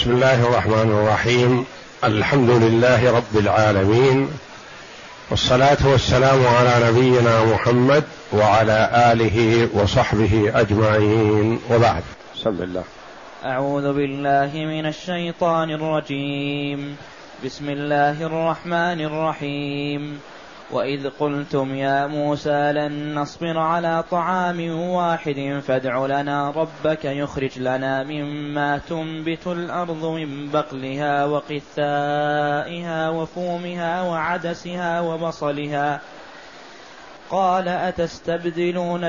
بسم الله الرحمن الرحيم. الحمد لله رب العالمين، والصلاة والسلام على نبينا محمد وعلى آله وصحبه أجمعين، وبعد. بسم الله. أعوذ بالله من الشيطان الرجيم. بسم الله الرحمن الرحيم. وإذ قلتم يا موسى لن نصبر على طعام واحد فادع لنا ربك يخرج لنا مما تنبت الأرض من بقلها وقثائها وفومها وعدسها وبصلها قال أتستبدلون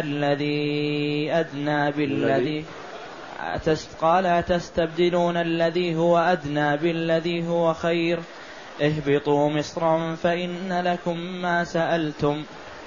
الذي هو أدنى بالذي هو خير اهبطوا مصرا فإن لكم ما سألتم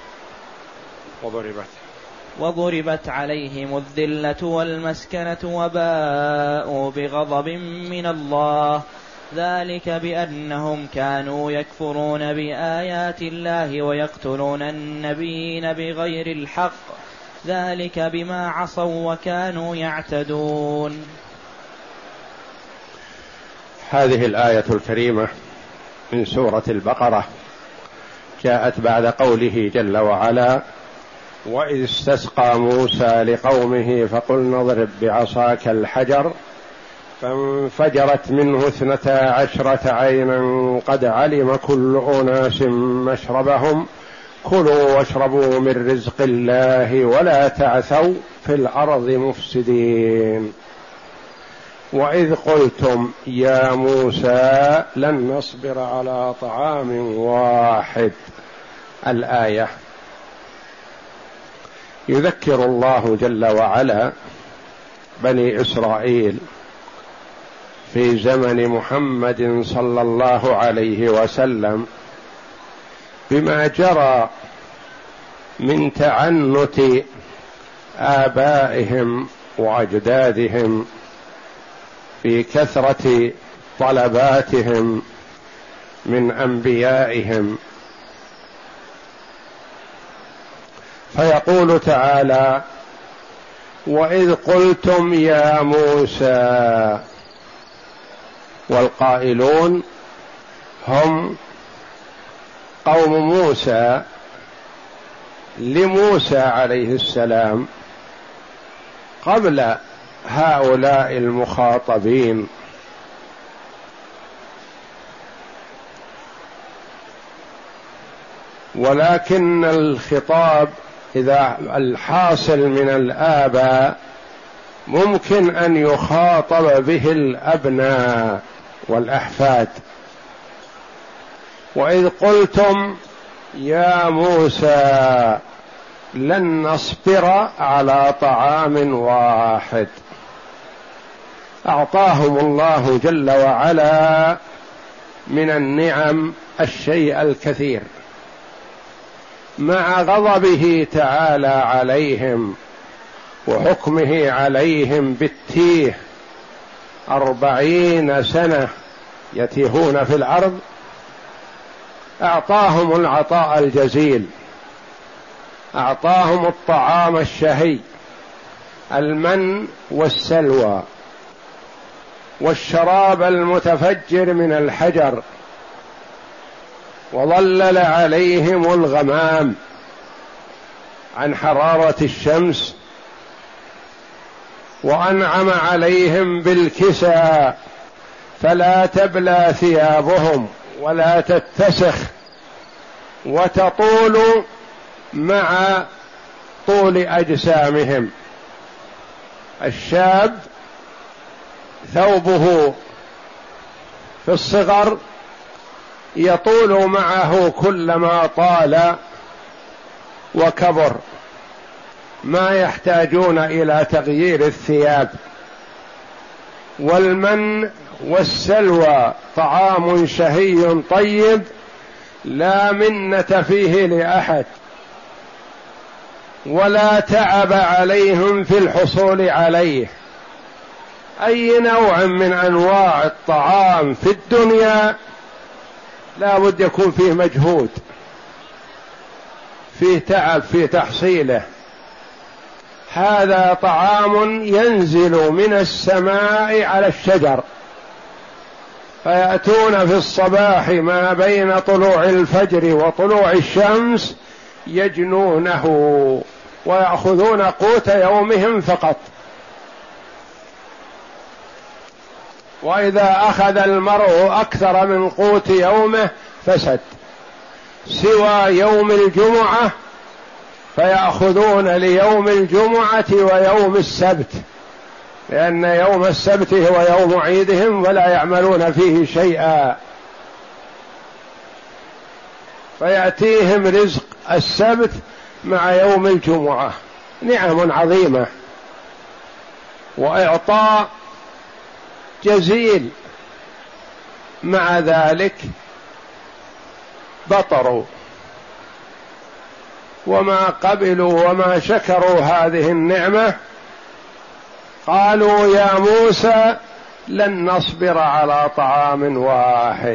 وضربت عليهم الذلة والمسكنة وباءوا بغضب من الله ذلك بأنهم كانوا يكفرون بآيات الله ويقتلون النبيين بغير الحق ذلك بما عصوا وكانوا يعتدون. هذه الآية الكريمة من سورة البقرة جاءت بعد قوله جل وعلا: وإذ استسقى موسى لقومه فقلنا اضرب بعصاك الحجر فانفجرت منه 12 عينا قد علم كل أناس مشربهم كلوا واشربوا من رزق الله ولا تعثوا في الأرض مفسدين. وإذ قلتم يا موسى لن نصبر على طعام واحد. الآية يذكر الله جل وعلا بني إسرائيل في زمن محمد صلى الله عليه وسلم بما جرى من تعنت آبائهم وأجدادهم في كثرة طلباتهم من أنبيائهم، فيقول تعالى: وإذ قلتم يا موسى. والقائلون هم قوم موسى لموسى عليه السلام قبل هؤلاء المخاطبين، ولكن الخطاب إذا الحاصل من الآباء ممكن أن يخاطب به الأبناء والأحفاد. وإذ قلتم يا موسى لن نصبر على طعام واحد، أعطاهم الله جل وعلا من النعم الشيء الكثير مع غضبه تعالى عليهم وحكمه عليهم بالتيه 40 سنة يتيهون في الأرض. أعطاهم العطاء الجزيل، أعطاهم الطعام الشهي، المن والسلوى، والشراب المتفجر من الحجر، وظلل عليهم الغمام عن حرارة الشمس، وأنعم عليهم بالكسى فلا تبلى ثيابهم ولا تتسخ وتطول مع طول أجسامهم. الشاب ثوبه في الصغر يطول معه كلما طال وكبر، ما يحتاجون إلى تغيير الثياب. والمن والسلوى طعام شهي طيب لا منة فيه لأحد، ولا تعب عليهم في الحصول عليه. أي نوع من أنواع الطعام في الدنيا لا بد يكون فيه مجهود، فيه تعب في تحصيله. هذا طعام ينزل من السماء على الشجر فيأتون في الصباح ما بين طلوع الفجر وطلوع الشمس يجنونه ويأخذون قوت يومهم فقط. وإذا أخذ المرء أكثر من قوت يومه فسد، سوى يوم الجمعة فيأخذون ليوم الجمعة ويوم السبت، لأن يوم السبت هو يوم عيدهم ولا يعملون فيه شيئا، فيأتيهم رزق السبت مع يوم الجمعة، نعم عظيمة وإعطاء جزيل. مع ذلك بطروا وما قبلوا وما شكروا هذه النعمة. قالوا يا موسى لن نصبر على طعام واحد.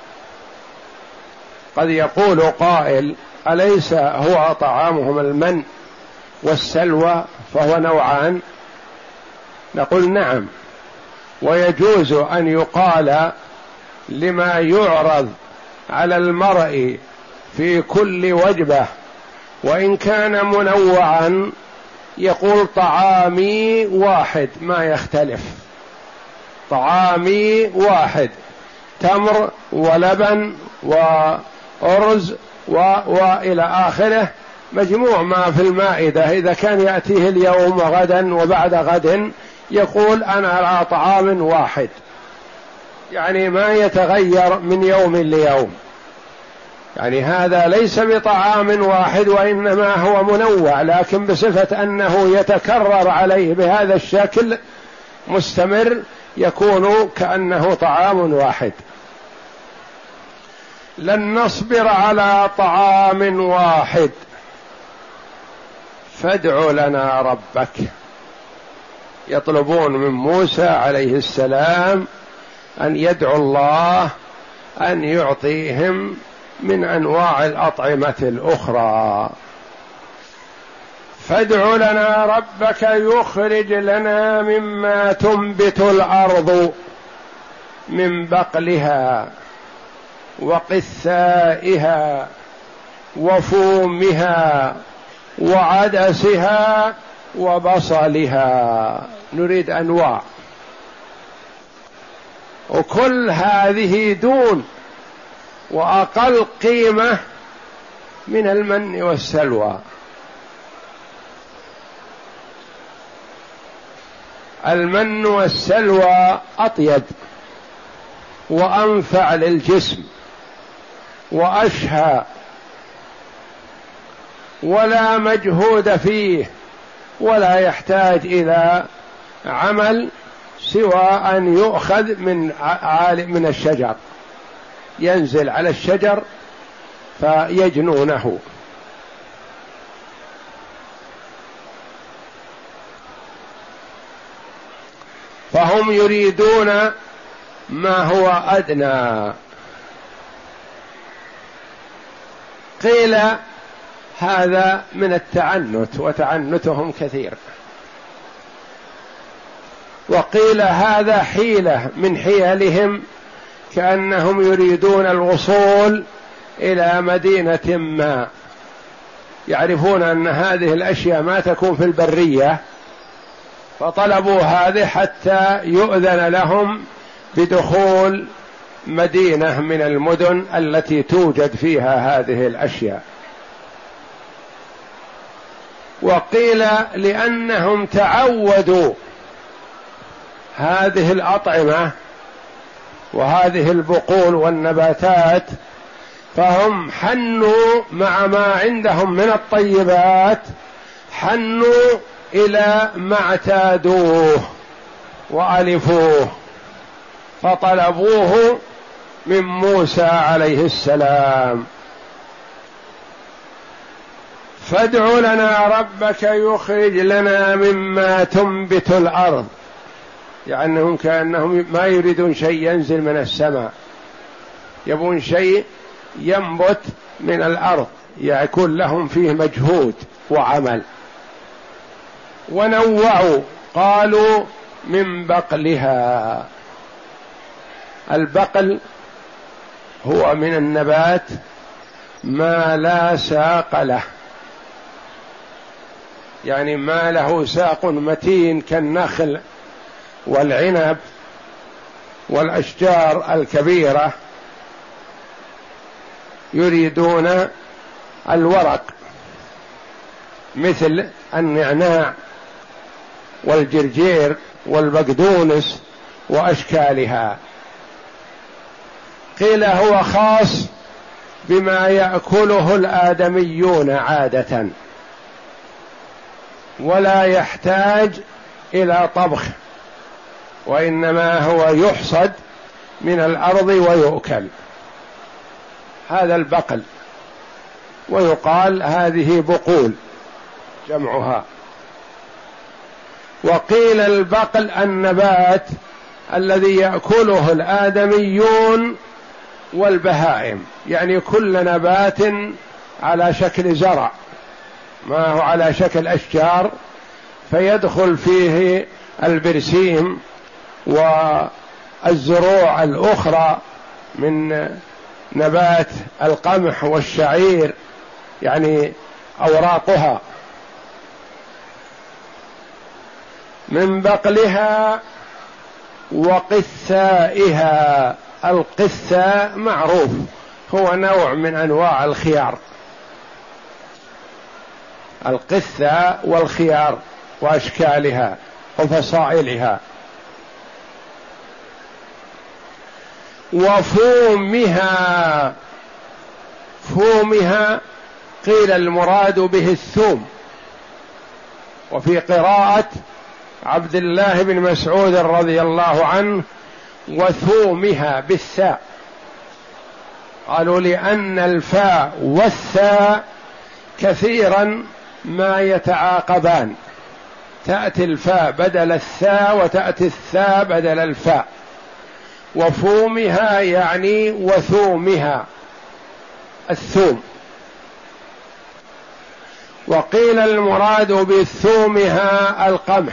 قد يقول قائل أليس هو طعامهم المن والسلوى فهو نوعان؟ نقول نعم، ويجوز أن يقال لما يعرض على المرء في كل وجبة وإن كان منوعا، يقول طعامي واحد ما يختلف، طعامي واحد، تمر ولبن وأرز وإلى آخره، مجموع ما في المائدة. إذا كان يأتيه اليوم وغدا وبعد غد يقول أنا على طعام واحد، يعني ما يتغير من يوم ليوم، يعني هذا ليس بطعام واحد وإنما هو منوع، لكن بصفة أنه يتكرر عليه بهذا الشكل مستمر يكون كأنه طعام واحد. لن نصبر على طعام واحد فادع لنا ربك. يطلبون من موسى عليه السلام أن يدعو الله أن يعطيهم من أنواع الأطعمة الأخرى. فادع لنا ربك يخرج لنا مما تنبت الأرض من بقلها وقثائها وفومها وعدسها وبصلها. نريد أنواع، وكل هذه دون وأقل قيمة من المن والسلوى. المن والسلوى أطيب وأنفع للجسم وأشهى ولا مجهود فيه ولا يحتاج إلى عمل سوى أن يؤخذ من الشجر، ينزل على الشجر فيجنونه. فهم يريدون ما هو أدنى. قيل هذا من التعنت وتعنتهم كثير، وقيل هذا حيلة من حيلهم، كأنهم يريدون الوصول إلى مدينة ما، يعرفون أن هذه الأشياء ما تكون في البرية، فطلبوا هذه حتى يؤذن لهم بدخول مدينة من المدن التي توجد فيها هذه الأشياء. وقيل لأنهم تعودوا هذه الأطعمة وهذه البقول والنباتات، فهم حنوا مع ما عندهم من الطيبات، حنوا إلى ما اعتادوه وألفوه، فطلبوه من موسى عليه السلام. فادع لنا ربك يخرج لنا مما تنبت الأرض، يعني كأنهم ما يريدون شيء ينزل من السماء، يبون شيء ينبت من الأرض يكون لهم فيه مجهود وعمل. ونوعوا قالوا من بقلها، البقل هو من النبات ما لا ساق له، يعني ما له ساق متين كالنخل والعنب والأشجار الكبيرة، يريدون الورق مثل النعناع والجرجير والبقدونس وأشكالها. قيل هو خاص بما يأكله الآدميون عادة، ولا يحتاج إلى طبخ، وإنما هو يحصد من الأرض ويؤكل. هذا البقل، ويقال هذه بقول جمعها. وقيل البقل النبات الذي يأكله الآدميون والبهائم، يعني كل نبات على شكل زرع، ما هو على شكل أشجار، فيدخل فيه البرسيم والزروع الأخرى من نبات القمح والشعير، يعني أوراقها. من بقلها وقثائها. القثاء معروف، هو نوع من أنواع الخيار، القثاء والخيار وأشكالها وفصائلها. وفومها. فومها قيل المراد به الثوم، وفي قراءة عبد الله بن مسعود رضي الله عنه وثومها بالثاء، قالوا لأن الفاء والثاء كثيرا ما يتعاقبان، تأتي الفاء بدل الثاء وتأتي الثاء بدل الفاء. وفومها يعني وثومها الثوم. وقيل المراد بثومها القمح،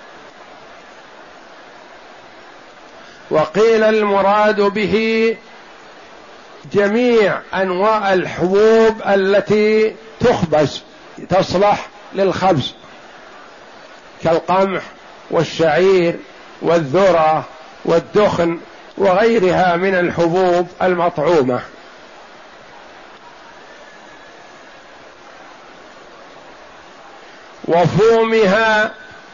وقيل المراد به جميع أنواع الحبوب التي تخبز تصلح للخبز، كالقمح والشعير والذرة والدخن وغيرها من الحبوب المطعومة. وفومها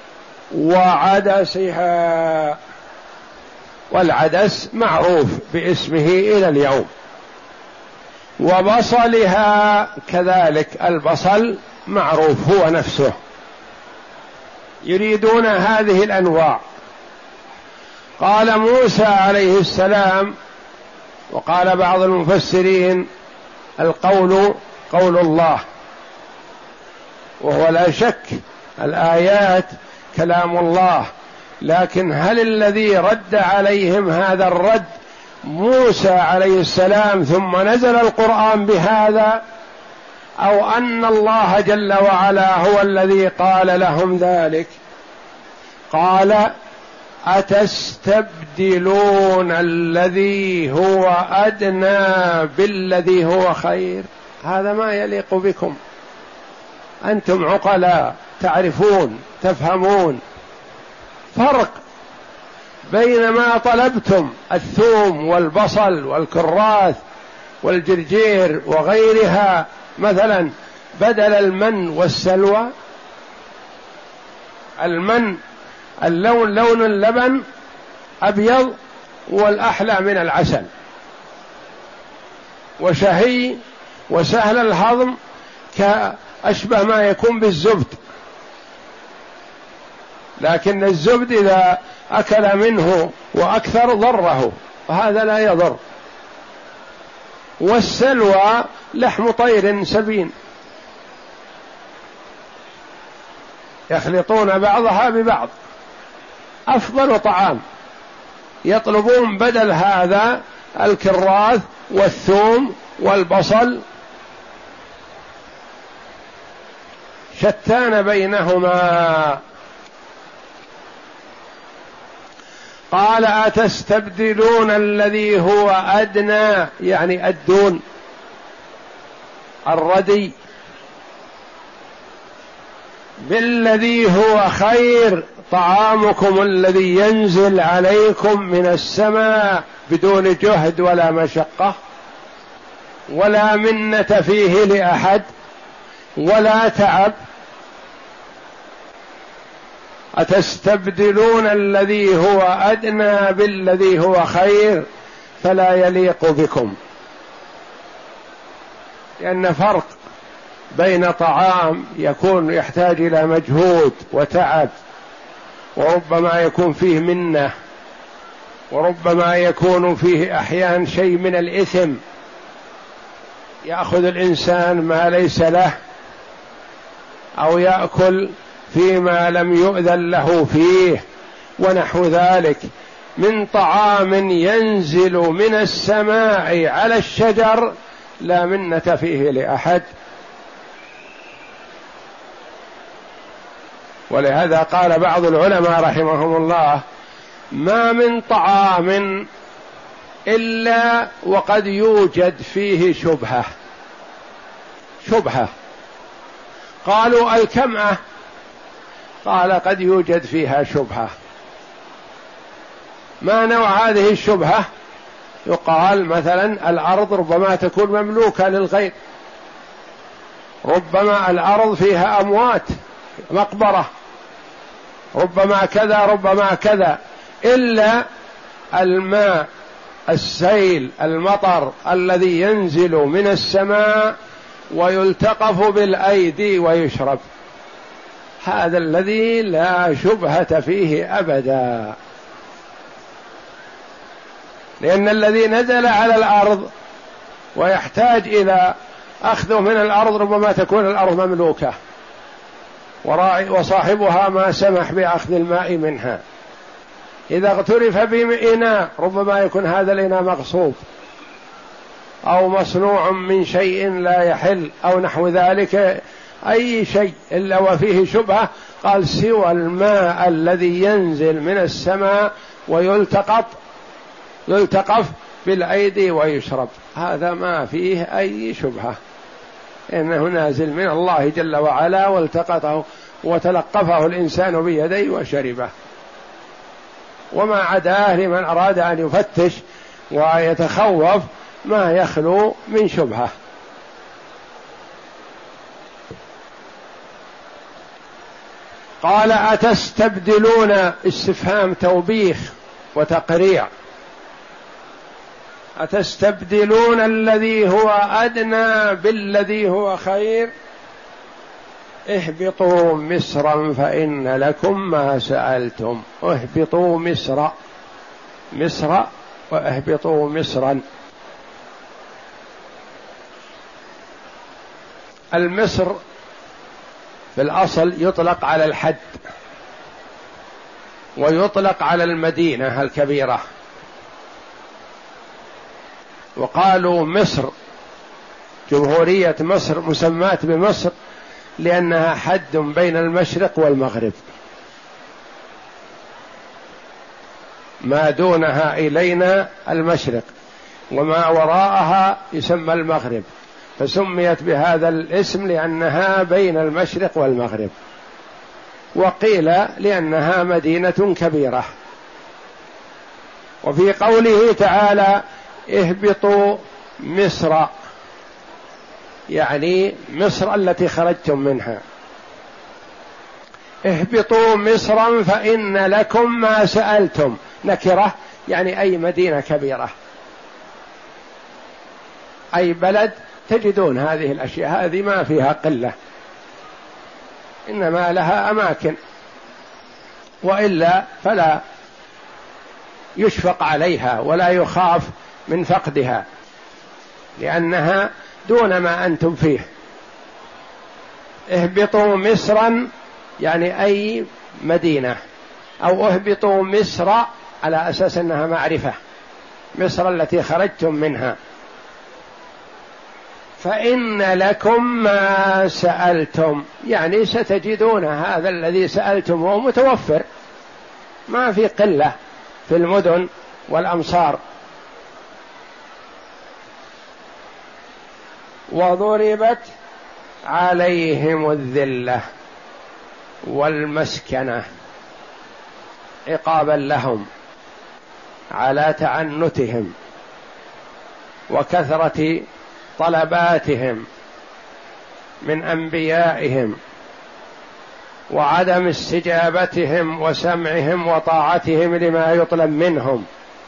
وعدسها. والعدس معروف باسمه إلى اليوم. وبصلها كذلك، البصل معروف هو نفسه. يريدون هذه الأنواع. قال موسى عليه السلام، وقال بعض المفسرين القول قول الله، وهو لا شك الآيات كلام الله، لكن هل الذي رد عليهم هذا الرد موسى عليه السلام ثم نزل القرآن بهذا، أو أن الله جل وعلا هو الذي قال لهم ذلك؟ قال أتستبدلون الذي هو أدنى بالذي هو خير. هذا ما يليق بكم، أنتم عقلاء تعرفون تفهمون فرق بين ما طلبتم الثوم والبصل والكراث والجرجير وغيرها، مثلا بدل المن والسلوى. المن اللون لون اللبن أبيض والأحلى من العسل، وشهي وسهل الهضم كأشبه ما يكون بالزبد، لكن الزبد إذا أكل منه وأكثر ضره، وهذا لا يضر. والسلوى لحم طير سبين، يخلطون بعضها ببعض، أفضل طعام. يطلبون بدل هذا الكراث والثوم والبصل، شتان بينهما. قال أتستبدلون الذي هو أدنى يعني الدون الردي بالذي هو خير، طعامكم الذي ينزل عليكم من السماء بدون جهد ولا مشقة ولا منة فيه لأحد ولا تعب. أتستبدلون الذي هو أدنى بالذي هو خير فلا يليق بكم، لأن فرق بين طعام يكون يحتاج إلى مجهود وتعب وربما يكون فيه منة وربما يكون فيه أحيانا شيء من الإثم، يأخذ الإنسان ما ليس له أو يأكل فيما لم يؤذن له فيه ونحو ذلك، من طعام ينزل من السماء على الشجر لا منة فيه لأحد. ولهذا قال بعض العلماء رحمهم الله: ما من طعام إلا وقد يوجد فيه شبهة. قالوا الكمأة، قال قد يوجد فيها شبهة. ما نوع هذه الشبهة؟ يقال مثلا الأرض ربما تكون مملوكة للغير، ربما الأرض فيها أموات مقبرة، ربما كذا ربما كذا، إلا الماء السيل المطر الذي ينزل من السماء ويلتقف بالأيدي ويشرب، هذا الذي لا شبهة فيه أبدا. لأن الذي نزل على الأرض ويحتاج إلى أخذه من الأرض ربما تكون الأرض مملوكة وصاحبها ما سمح بأخذ الماء منها. إذا اغترف بإناء ربما يكون هذا الإناء مغصوب أو مصنوع من شيء لا يحل أو نحو ذلك، أي شيء إلا وفيه شبهة. قال سوى الماء الذي ينزل من السماء ويلتقف بالأيدي ويشرب، هذا ما فيه أي شبهة، إنه نازل من الله جل وعلا والتقطه وتلقفه الإنسان بيديه وشربه. وما عداه لمن أراد أن يفتش ويتخوف ما يخلو من شبهة. قال أتستبدلون، استفهام توبيخ وتقريع، أتستبدلون الذي هو أدنى بالذي هو خير، اهبطوا مصرا فإن لكم ما سألتم. اهبطوا مصر واهبطوا مصرا. المصر في الأصل يطلق على الحد ويطلق على المدينة الكبيرة، وقالوا مصر جمهورية مصر مسماة بمصر لأنها حد بين المشرق والمغرب، ما دونها إلينا المشرق وما وراءها يسمى المغرب، فسميت بهذا الاسم لأنها بين المشرق والمغرب، وقيل لأنها مدينة كبيرة. وفي قوله تعالى اهبطوا مصر يعني مصر التي خرجتم منها، اهبطوا مصرا فإن لكم ما سألتم، نكرة يعني أي مدينة كبيرة، أي بلد تجدون هذه الأشياء، هذه ما فيها قلة، إنما لها أماكن، وإلا فلا يشفق عليها ولا يخاف من فقدها لأنها دون ما أنتم فيه. اهبطوا مصرا يعني أي مدينة، أو اهبطوا مصر على أساس أنها معرفة، مصر التي خرجتم منها، فإن لكم ما سألتم، يعني ستجدون هذا الذي سألتموه متوفر، ما في قلة في المدن والأمصار. وضربت عليهم الذلة والمسكنة عقابا لهم على تعنتهم وكثرة طلباتهم من أنبيائهم وعدم استجابتهم وسمعهم وطاعتهم لما يطلب منهم.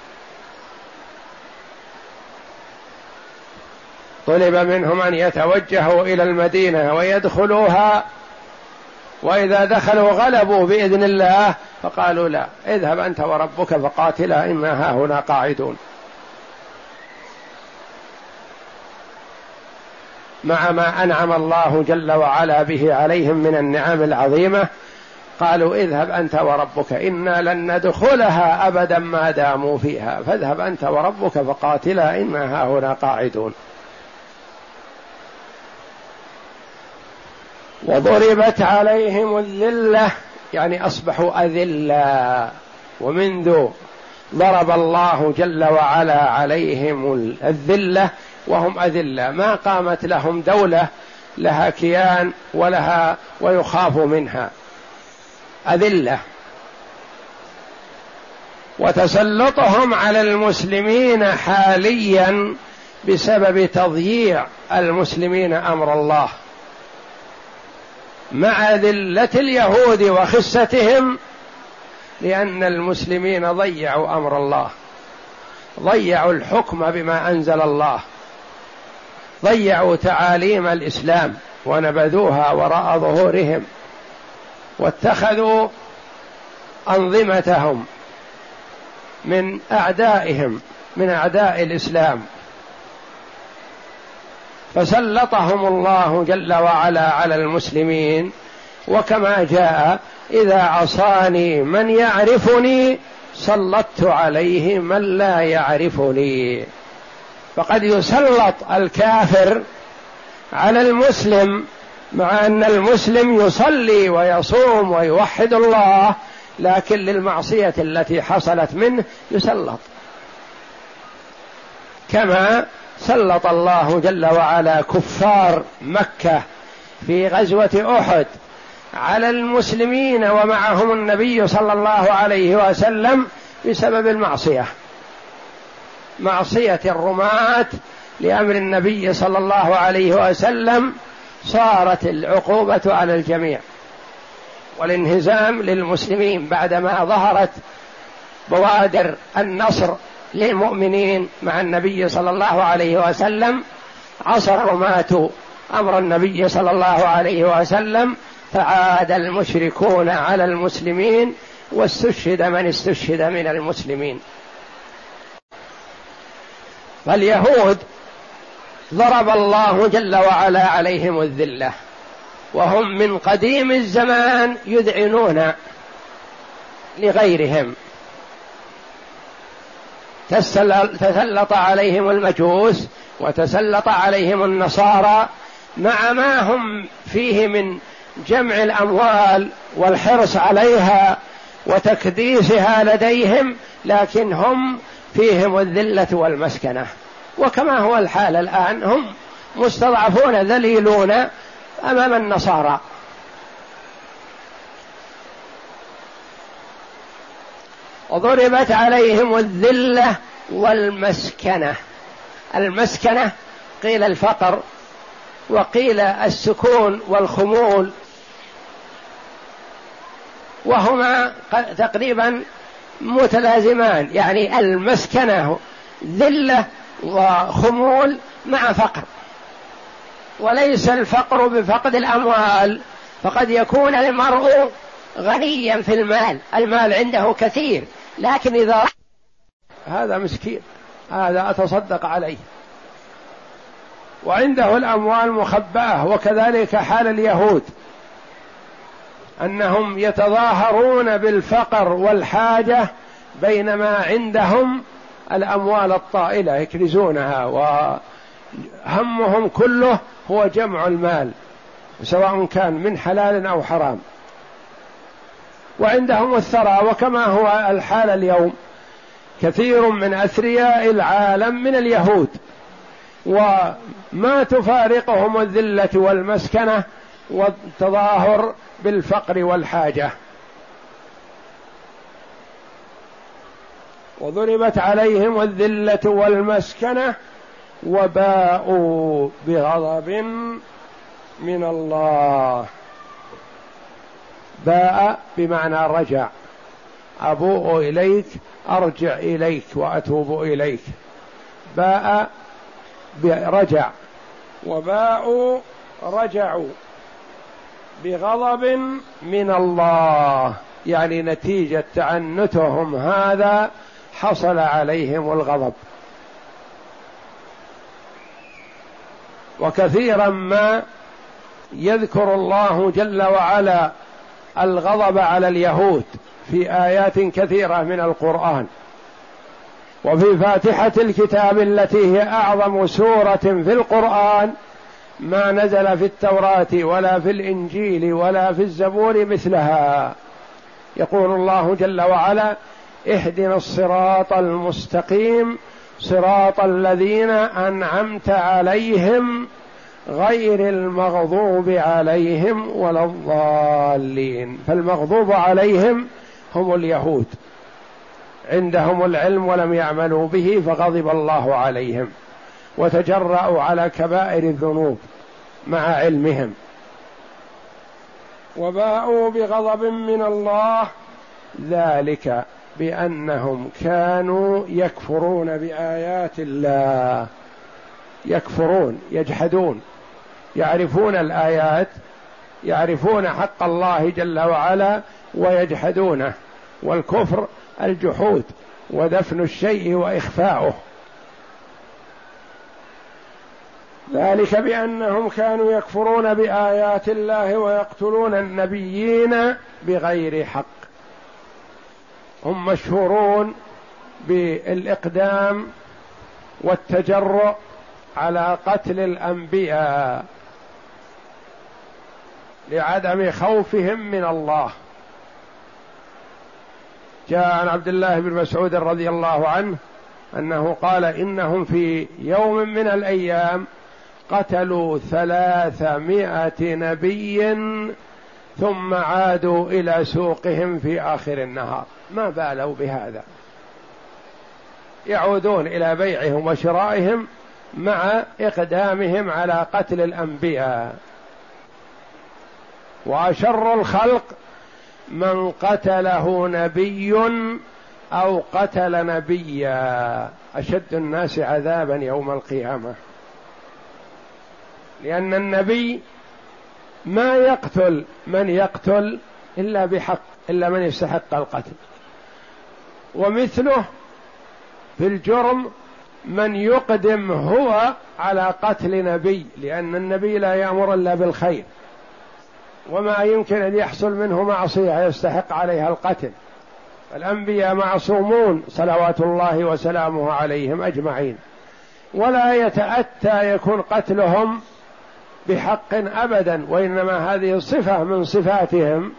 طلب منهم أن يتوجهوا إلى المدينة ويدخلوها، وإذا دخلوا غلبوا بإذن الله، فقالوا لا، اذهب أنت وربك فقاتلا إنا هاهنا قاعدون. مع ما أنعم الله جل وعلا به عليهم من النعم العظيمة، قالوا اذهب أنت وربك إنا لن ندخلها أبدا ما داموا فيها، فاذهب أنت وربك فقاتلا إنا هاهنا قاعدون. وضربت عليهم الذلة يعني أصبحوا أذلا، ومنذ ضرب الله جل وعلا عليهم الذلة وهم أذلة، ما قامت لهم دولة لها كيان ولها ويخاف منها، أذلة. وتسلطهم على المسلمين حاليا بسبب تضييع المسلمين أمر الله، مع ذلة اليهود وخستهم، لأن المسلمين ضيعوا أمر الله، ضيعوا الحكم بما أنزل الله، ضيعوا تعاليم الإسلام ونبذوها وراء ظهورهم، واتخذوا أنظمتهم من أعدائهم، من أعداء الإسلام، فسلطهم الله جل وعلا على المسلمين. وكما جاء إذا عصاني من يعرفني سلطت عليه من لا يعرفني. فقد يسلط الكافر على المسلم مع أن المسلم يصلي ويصوم ويوحد الله، لكن للمعصية التي حصلت منه يسلط، كما سلط الله جل وعلا كفار مكة في غزوة أحد على المسلمين ومعهم النبي صلى الله عليه وسلم بسبب المعصية، معصية الرماة لأمر النبي صلى الله عليه وسلم، صارت العقوبة على الجميع والانهزام للمسلمين بعدما ظهرت بوادر النصر للمؤمنين مع النبي صلى الله عليه وسلم. عصر الرماة أمر النبي صلى الله عليه وسلم، فعاد المشركون على المسلمين، واستشهد من استشهد من المسلمين. فاليهود ضرب الله جل وعلا عليهم الذلة، وهم من قديم الزمان يذعنون لغيرهم. تسلط عليهم المجوس وتسلط عليهم النصارى، مع ما هم فيه من جمع الأموال والحرص عليها وتكديسها لديهم، لكن هم فيهم الذلة والمسكنة. وكما هو الحال الآن، هم مستضعفون ذليلون أمام النصارى. وضربت عليهم الذلة والمسكنة. المسكنة قيل الفقر، وقيل السكون والخمول، وهما تقريبا متلازمان، يعني المسكنة ذلة وخمول مع فقر. وليس الفقر بفقد الأموال، فقد يكون المرء غنيا في المال، المال عنده كثير، لكن إذا هذا مسكين، هذا أتصدق عليه، وعنده الأموال مخبأة. وكذلك حال اليهود، أنهم يتظاهرون بالفقر والحاجة بينما عندهم الأموال الطائلة يكنزونها، وهمهم كله هو جمع المال سواء كان من حلال أو حرام. وعندهم الثراء، وكما هو الحال اليوم كثير من أثرياء العالم من اليهود، وما تفارقهم الذلة والمسكنة والتظاهر بالفقر والحاجة. وضربت عليهم الذلة والمسكنة وباءوا بغضب من الله. باء بمعنى رجع، أبوء إليك، أرجع إليك وأتوب إليك. باء برجع، وباءوا رجعوا بغضب من الله، يعني نتيجة تعنتهم هذا حصل عليهم الغضب. وكثيرا ما يذكر الله جل وعلا الغضب على اليهود في آيات كثيرة من القرآن، وفي فاتحة الكتاب التي هي أعظم سورة في القرآن ما نزل في التوراة ولا في الإنجيل ولا في الزبور مثلها. يقول الله جل وعلا: اهدنا الصراط المستقيم صراط الذين أنعمت عليهم غير المغضوب عليهم ولا الضالين. فالمغضوب عليهم هم اليهود، عندهم العلم ولم يعملوا به فغضب الله عليهم، وتجرأوا على كبائر الذنوب مع علمهم. وباءوا بغضب من الله ذلك بأنهم كانوا يكفرون بآيات الله. يكفرون، يجحدون، يعرفون الآيات، يعرفون حق الله جل وعلا ويجحدونه. والكفر الجحود ودفن الشيء وإخفاؤه. ذلك بأنهم كانوا يكفرون بآيات الله ويقتلون النبيين بغير حق. هم مشهورون بالإقدام والتجرؤ على قتل الأنبياء لعدم خوفهم من الله. جاء عن عبد الله بن مسعود رضي الله عنه أنه قال: إنهم في يوم من الأيام قتلوا 300 نبي ثم عادوا إلى سوقهم في آخر النهار. ما بالوا بهذا، يعودون إلى بيعهم وشرائهم مع إقدامهم على قتل الأنبياء. وأشر الخلق من قتله نبي أو قتل نبيا، أشد الناس عذابا يوم القيامة، لأن النبي ما يقتل من يقتل إلا بحق، إلا من يستحق القتل. ومثله في الجرم من يقدم هو على قتل نبي، لأن النبي لا يأمر إلا بالخير، وما يمكن أن يحصل منه معصية يستحق عليها القتل. الأنبياء معصومون صلوات الله وسلامه عليهم أجمعين، ولا يتأتى يكون قتلهم بحق أبدا، وإنما هذه صفة من صفاتهم.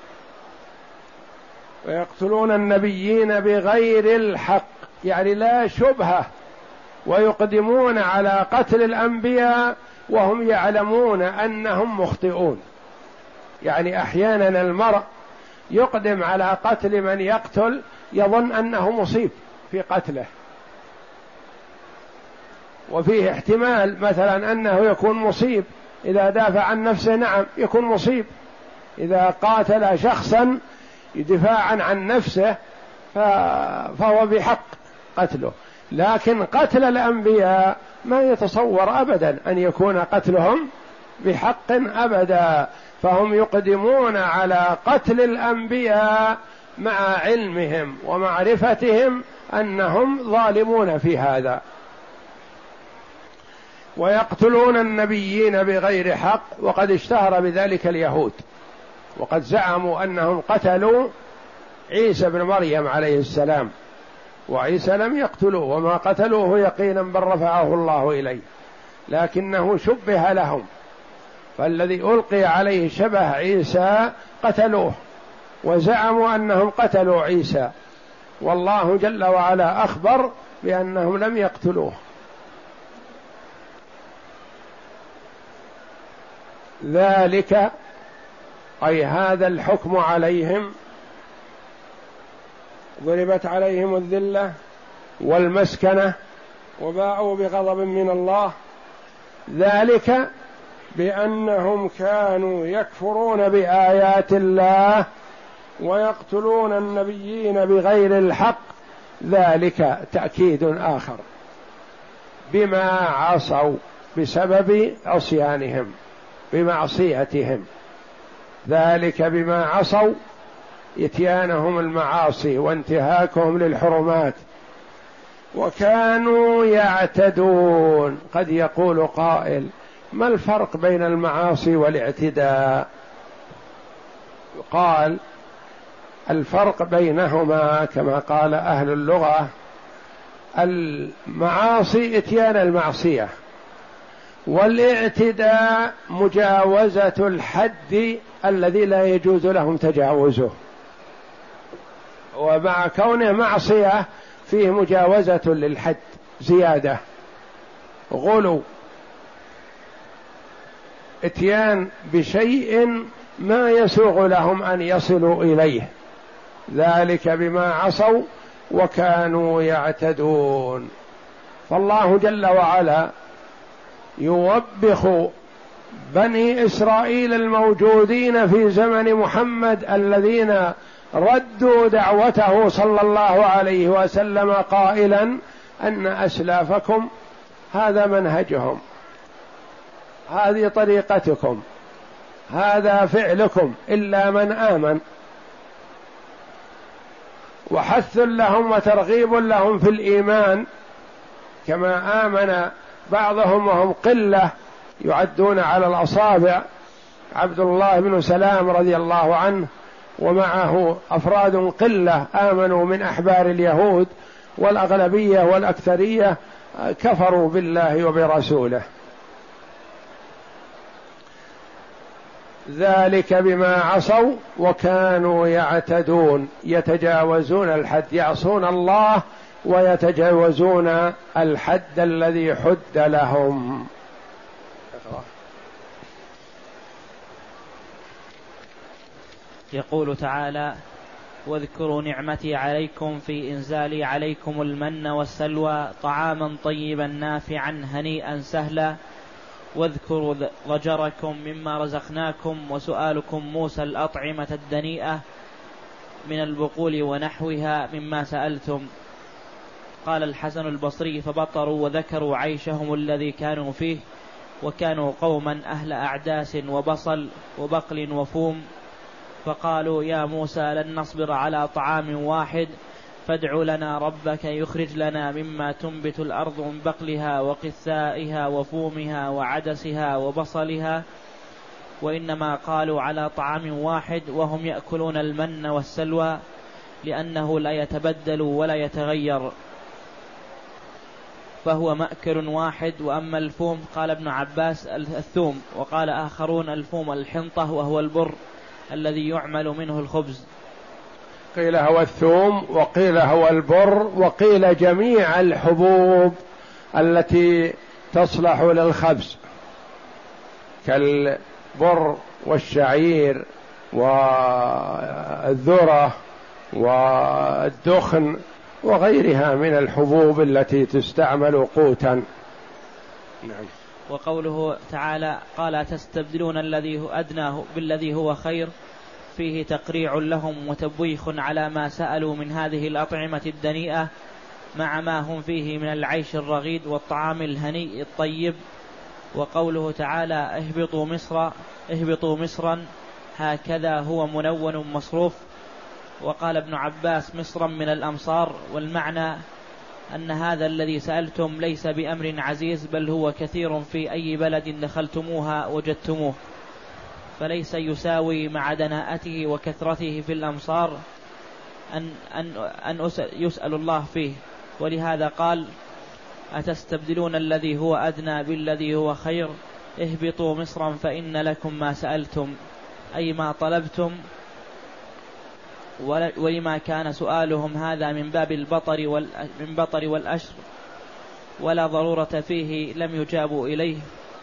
ويقتلون النبيين بغير الحق، يعني لا شبهة، ويقدمون على قتل الأنبياء وهم يعلمون أنهم مخطئون. يعني أحيانا المرء يقدم على قتل من يقتل يظن أنه مصيب في قتله، وفيه احتمال مثلا أنه يكون مصيب إذا دافع عن نفسه، نعم يكون مصيب. إذا قاتل شخصا دفاعا عن نفسه فهو بحق قتله. لكن قتل الأنبياء ما يتصور أبدا أن يكون قتلهم بحق أبدا، فهم يقدمون على قتل الأنبياء مع علمهم ومعرفتهم أنهم ظالمون في هذا. ويقتلون النبيين بغير حق، وقد اشتهر بذلك اليهود، وقد زعموا أنهم قتلوا عيسى بن مريم عليه السلام، وعيسى لم يقتلوه وما قتلوه يقينا بل رفعه الله إليه، لكنه شبه لهم، فالذي ألقي عليه شبه عيسى قتلوه، وزعموا أنهم قتلوا عيسى، والله جل وعلا أخبر بأنهم لم يقتلوه. ذلك أي هذا الحكم عليهم، ضربت عليهم الذلة والمسكنة وباءوا بغضب من الله، ذلك بأنهم كانوا يكفرون بآيات الله ويقتلون النبيين بغير الحق، ذلك تأكيد آخر بما عصوا بسبب عصيانهم بمعصيتهم، ذلك بما عصوا إتيانهم المعاصي وانتهاكهم للحرمات، وكانوا يعتدون. قد يقول قائل: ما الفرق بين المعاصي والاعتداء؟ يقال الفرق بينهما كما قال أهل اللغة: المعاصي إتيان المعصية، والاعتداء مجاوزة الحد الذي لا يجوز لهم تجاوزه، ومع كونه معصية فيه مجاوزة للحد، زيادة، غلو، اتيان بشيء ما يسوغ لهم أن يصلوا إليه، ذلك بما عصوا وكانوا يعتدون. فالله جل وعلا يوبخ بني إسرائيل الموجودين في زمن محمد الذين ردوا دعوته صلى الله عليه وسلم قائلا أن أسلافكم هذا منهجهم، هذه طريقتكم، هذا فعلكم إلا من آمن، وحث لهم وترغيب لهم في الإيمان، كما آمن بعضهم وهم قلة يعدون على الأصابع، عبد الله بن سلام رضي الله عنه ومعه أفراد قلة آمنوا من أحبار اليهود، والأغلبية والأكثرية كفروا بالله وبرسوله. ذلك بما عصوا وكانوا يعتدون، يتجاوزون الحد، يعصون الله ويتجاوزون الحد الذي حد لهم. يقول تعالى: واذكروا نعمتي عليكم في إنزالي عليكم المن والسلوى طعاما طيبا نافعا هنيئا سهلا، واذكروا ضجركم مما رزقناكم وسؤالكم موسى الأطعمة الدنيئة من البقول ونحوها مما سألتم. قال الحسن البصري: فبطروا وذكروا عيشهم الذي كانوا فيه، وكانوا قوما أهل أعداس وبصل وبقل وفوم، فقالوا: يا موسى لن نصبر على طعام واحد فادع لنا ربك يخرج لنا مما تنبت الأرض من بقلها وقثائها وفومها وعدسها وبصلها. وإنما قالوا على طعام واحد وهم يأكلون المن والسلوى، لأنه لا يتبدل ولا يتغير، فهو مأكل واحد. وأما الفوم قال ابن عباس الثوم، وقال آخرون الفوم الحنطة وهو البر الذي يعمل منه الخبز. قيل هو الثوم، وقيل هو البر، وقيل جميع الحبوب التي تصلح للخبز كالبر والشعير والذرة والدخن وغيرها من الحبوب التي تستعمل قوتا. نعم. وقوله تعالى: قال تستبدلون الذي هو أدنى بالذي هو خير، فيه تقريع لهم وتبويخ على ما سألوا من هذه الأطعمة الدنيئة مع ما هم فيه من العيش الرغيد والطعام الهنيء الطيب. وقوله تعالى: اهبطوا مصرا، هكذا هو منون مصروف. وقال ابن عباس: مصرا من الأمصار، والمعنى أن هذا الذي سألتم ليس بأمر عزيز، بل هو كثير في أي بلد دخلتموها وجدتموه، فليس يساوي مع دناءته وكثرته في الأمصار أن يسأل الله فيه. ولهذا قال: أتستبدلون الذي هو أدنى بالذي هو خير، اهبطوا مصرا فإن لكم ما سألتم، أي ما طلبتم ولما كان سؤالهم هذا من باب البطر والأشر ولا ضرورة فيه لم يجابوا إليه.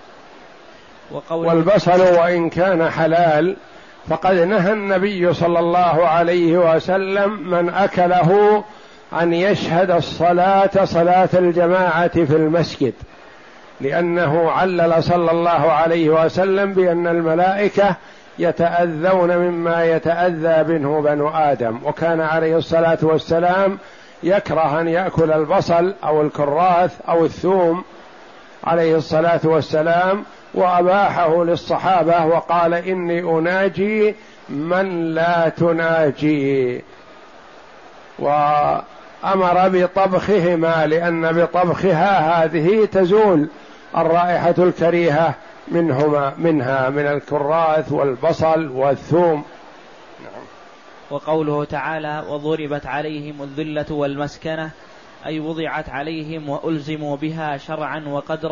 والبصل وإن كان حلال فقد نهى النبي صلى الله عليه وسلم من أكله أن يشهد صلاة الجماعة في المسجد، لأنه علل صلى الله عليه وسلم بأن الملائكة يتأذون مما يتأذى منه بنو آدم، وكان عليه الصلاة والسلام يكره أن يأكل البصل أو الكراث أو الثوم عليه الصلاة والسلام، وأباحه للصحابة وقال إني أناجي من لا تناجي، وأمر بطبخهما لأن بطبخها هذه تزول الرائحة الكريهة منها من الكراث والبصل والثوم. وقوله تعالى وضربت عليهم الذلة والمسكنة أي وضعت عليهم وألزموا بها شرعا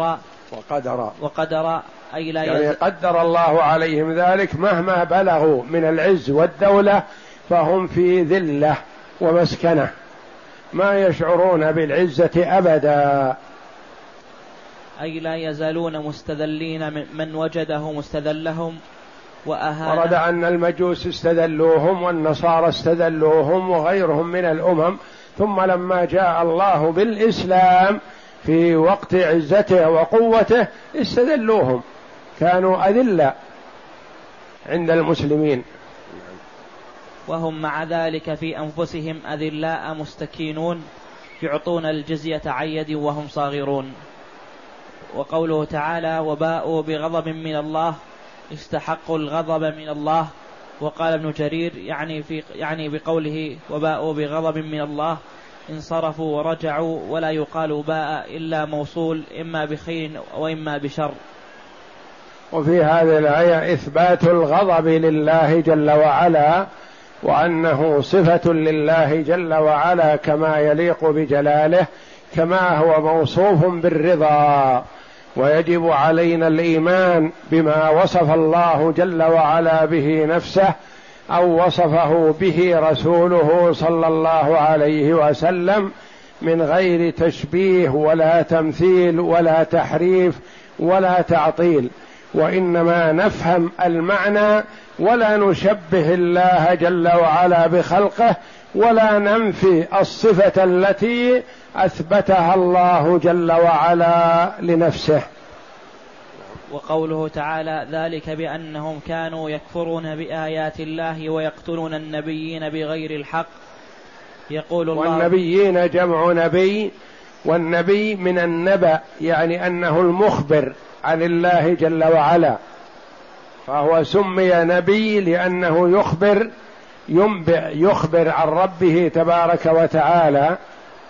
وقدرا أي لا يعني قدر الله عليهم ذلك مهما بلغوا من العز والدولة فهم في ذلة ومسكنة ما يشعرون بالعزة أبدا، أي لا يزالون مستذلين من وجده مستذلهم وأهانهم. ورد أن المجوس استذلوهم والنصارى استذلوهم وغيرهم من الأمم، ثم لما جاء الله بالإسلام في وقت عزته وقوته استذلوهم، كانوا أذلة عند المسلمين، وهم مع ذلك في أنفسهم أذلاء مستكينون يعطون الجزية عن يد وهم صاغرون. وقوله تعالى وباءوا بغضب من الله استحقوا الغضب من الله. وقال ابن جرير يعني بقوله وباءوا بغضب من الله انصرفوا ورجعوا، ولا يقال باء إلا موصول إما بخير وإما بشر. وفي هذه الآية إثبات الغضب لله جل وعلا، وأنه صفة لله جل وعلا كما يليق بجلاله، كما هو موصوف بالرضا. ويجب علينا الإيمان بما وصف الله جل وعلا به نفسه أو وصفه به رسوله صلى الله عليه وسلم من غير تشبيه ولا تمثيل ولا تحريف ولا تعطيل، وإنما نفهم المعنى ولا نشبه الله جل وعلا بخلقه ولا ننفي الصفة التي أثبتها الله جل وعلا لنفسه. وقوله تعالى ذلك بأنهم كانوا يكفرون بآيات الله ويقتلون النبيين بغير الحق. يقول الله والنبيين جمع نبي، والنبي من النبأ يعني أنه المخبر عن الله جل وعلا، فهو سمي نبي لأنه يخبر عن ربه تبارك وتعالى.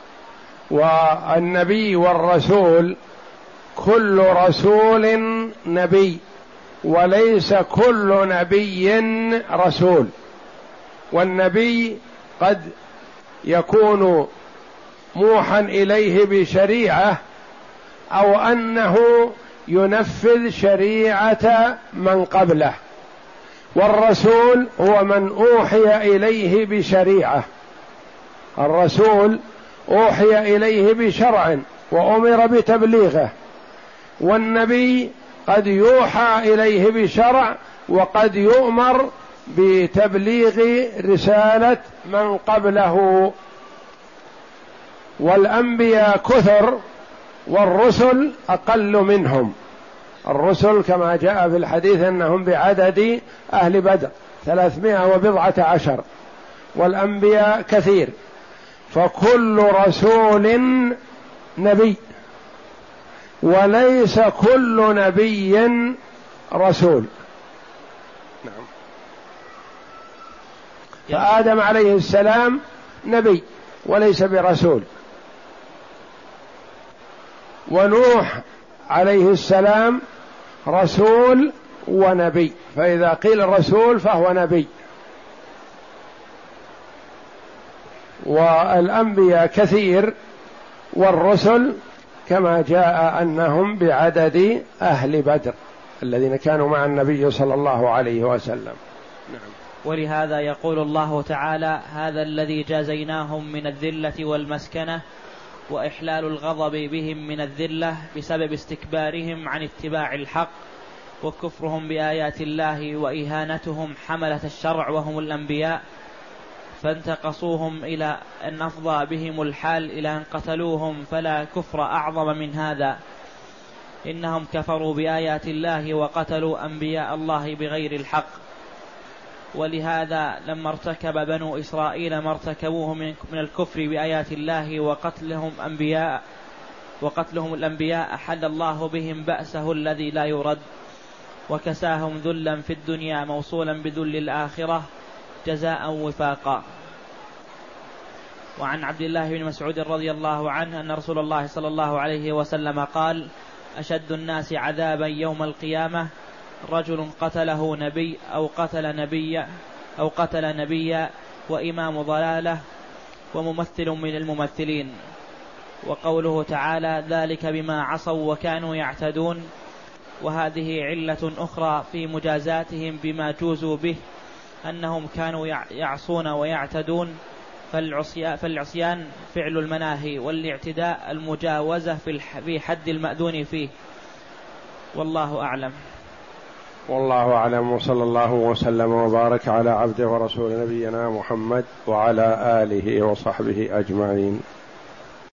والنبي والرسول كل رسول نبي، وليس كل نبي رسول. والنبي قد يكون موحى إليه بشريعة أو أنه ينفذ شريعة من قبله، والرسول هو من أوحي إليه بشريعة. الرسول أوحي إليه بشرع وأمر بتبليغه، والنبي قد يوحى إليه بشرع وقد يؤمر بتبليغ رسالة من قبله. والأنبياء كثر والرسل أقل منهم. الرسل كما جاء في الحديث أنهم بعدد أهل بدر 310، والأنبياء كثير، فكل رسول نبي وليس كل نبي رسول. نعم. فآدم عليه السلام نبي وليس برسول، ونوح عليه السلام رسول ونبي، فإذا قيل رسول فهو نبي. والأنبياء كثير والرسل كما جاء أنهم بعدد أهل بدر الذين كانوا مع النبي صلى الله عليه وسلم. نعم. ولهذا يقول الله تعالى: هذا الذي جازيناهم من الذلة والمسكنة، وإحلال الغضب بهم من الذلة بسبب استكبارهم عن اتباع الحق وكفرهم بآيات الله وإهانتهم حملة الشرع وهم الأنبياء، فانتقصوهم إلى أن أفضى بهم الحال إلى أن قتلوهم، فلا كفر أعظم من هذا. إنهم كفروا بآيات الله وقتلوا أنبياء الله بغير الحق. ولهذا لما ارتكب بنو إسرائيل ما ارتكبوه من الكفر بآيات الله وقتلهم الأنبياء أحل الله بهم بأسه الذي لا يرد، وكساهم ذلا في الدنيا موصولا بذل الآخرة جزاء وفاقا. وعن عبد الله بن مسعود رضي الله عنه أن رسول الله صلى الله عليه وسلم قال: أشد الناس عذابا يوم القيامة رجل قتله نبي أو قتل نبيا وإمام ضلالة وممثل من الممثلين. وقوله تعالى: ذلك بما عصوا وكانوا يعتدون. وهذه علة أخرى في مجازاتهم بما جوزوا به، أنهم كانوا يعصون ويعتدون، فالعصيان فعل المناهي، والاعتداء المجاوزة في حد المأذون فيه. والله أعلم. والله أعلم، وصلى الله وسلم وبارك على عبده ورسول نبينا محمد وعلى آله وصحبه أجمعين.